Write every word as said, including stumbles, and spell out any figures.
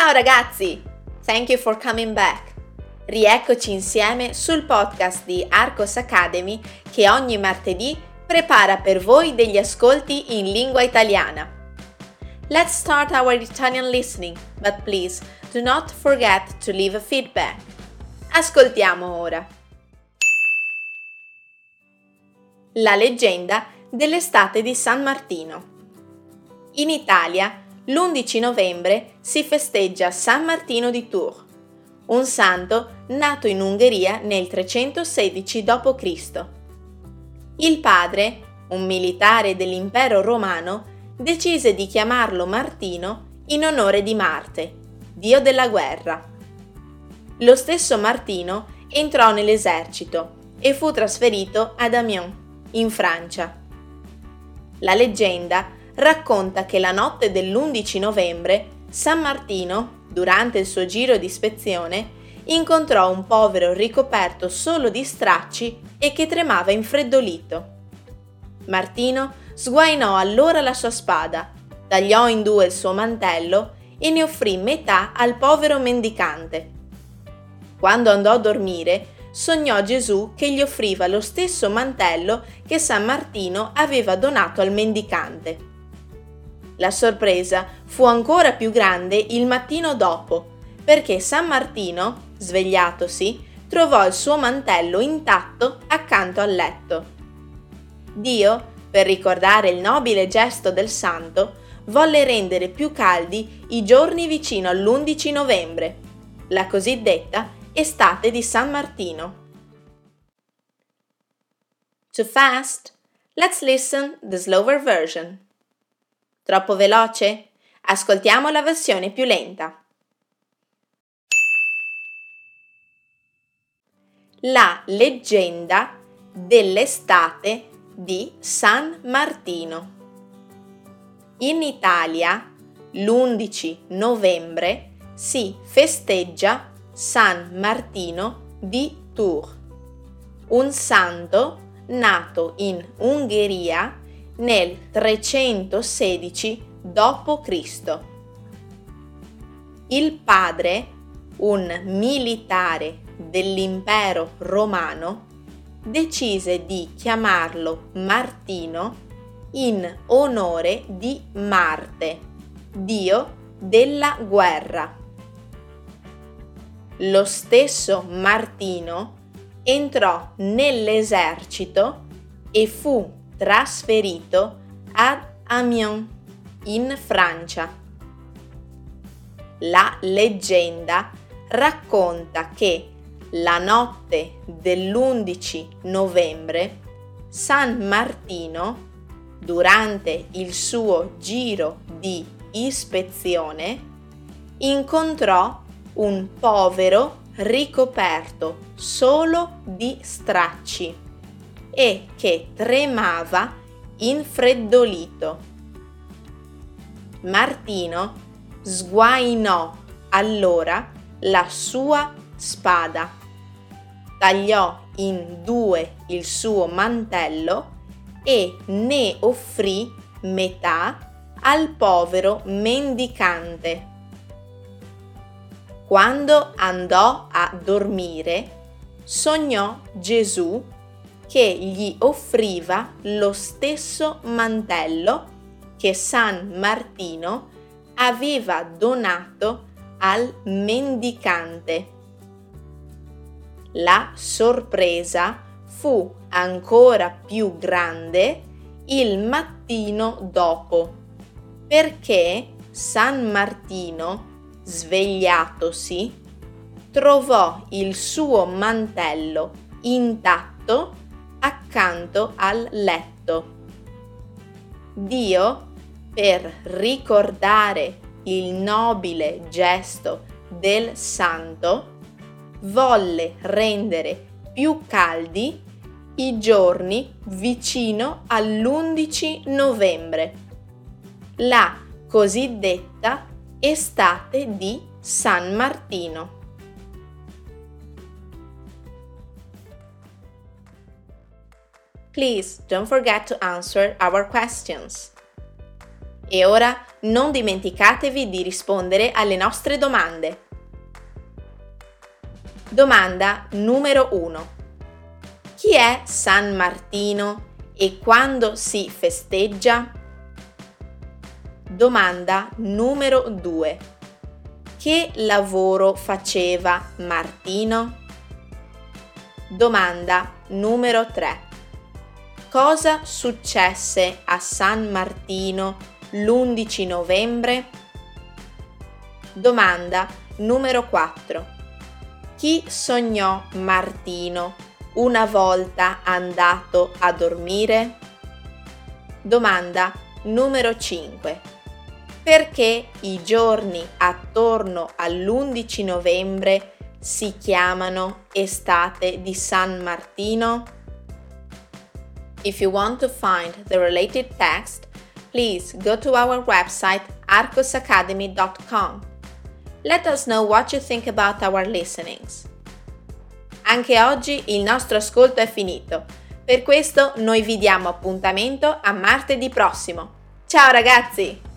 Ciao ragazzi! Thank you for coming back! Rieccoci insieme sul podcast di Arcos Academy che ogni martedì prepara per voi degli ascolti in lingua italiana. Let's start our Italian listening, but please do not forget to leave a feedback. Ascoltiamo ora. La leggenda dell'estate di San Martino. In Italia, l'undici novembre si festeggia San Martino di Tours, un santo nato in Ungheria nel trecentosedici dopo Cristo Il padre, un militare dell'impero romano, decise di chiamarlo Martino in onore di Marte, dio della guerra. Lo stesso Martino entrò nell'esercito e fu trasferito ad Amiens, in Francia. La leggenda racconta che la notte dell'undici novembre San Martino, durante il suo giro di ispezione, incontrò un povero ricoperto solo di stracci e che tremava infreddolito. Martino sguainò allora la sua spada, tagliò in due il suo mantello e ne offrì metà al povero mendicante. Quando andò a dormire, sognò Gesù che gli offriva lo stesso mantello che San Martino aveva donato al mendicante. La sorpresa fu ancora più grande il mattino dopo, perché San Martino, svegliatosi, trovò il suo mantello intatto accanto al letto. Dio, per ricordare il nobile gesto del santo, volle rendere più caldi i giorni vicino all'undici novembre, la cosiddetta estate di San Martino. Too fast? Let's listen the slower version. Troppo veloce? Ascoltiamo la versione più lenta. La leggenda dell'estate di San Martino. In Italia, l'undici novembre si festeggia San Martino di Tours, un santo nato in Ungheria nel trecentosedici dopo Cristo Il padre, un militare dell'impero romano, decise di chiamarlo Martino in onore di Marte, dio della guerra. Lo stesso Martino entrò nell'esercito e fu trasferito ad Amiens, in Francia. La leggenda racconta che la notte dell'undici novembre San Martino, durante il suo giro di ispezione, incontrò un povero ricoperto solo di stracci e che tremava infreddolito. Martino sguainò allora la sua spada, tagliò in due il suo mantello e ne offrì metà al povero mendicante. Quando andò a dormire, sognò Gesù che gli offriva lo stesso mantello che San Martino aveva donato al mendicante. La sorpresa fu ancora più grande il mattino dopo, perché San Martino, svegliatosi, trovò il suo mantello intatto accanto al letto. Dio, per ricordare il nobile gesto del santo, volle rendere più caldi i giorni vicino all'undici novembre, la cosiddetta estate di San Martino. Please don't forget to answer our questions. E ora non dimenticatevi di rispondere alle nostre domande. Domanda numero uno. Chi è San Martino e quando si festeggia? Domanda numero due. Che lavoro faceva Martino? Domanda numero tre. Cosa successe a San Martino l'undici novembre? Domanda numero quattro. Chi sognò Martino una volta andato a dormire? Domanda numero cinque. Perché i giorni attorno all'undici novembre si chiamano estate di San Martino? If you want to find the related text, please go to our website arcos academy dot com. Let us know what you think about our listenings. Anche oggi il nostro ascolto è finito. Per questo noi vi diamo appuntamento a martedì prossimo. Ciao ragazzi!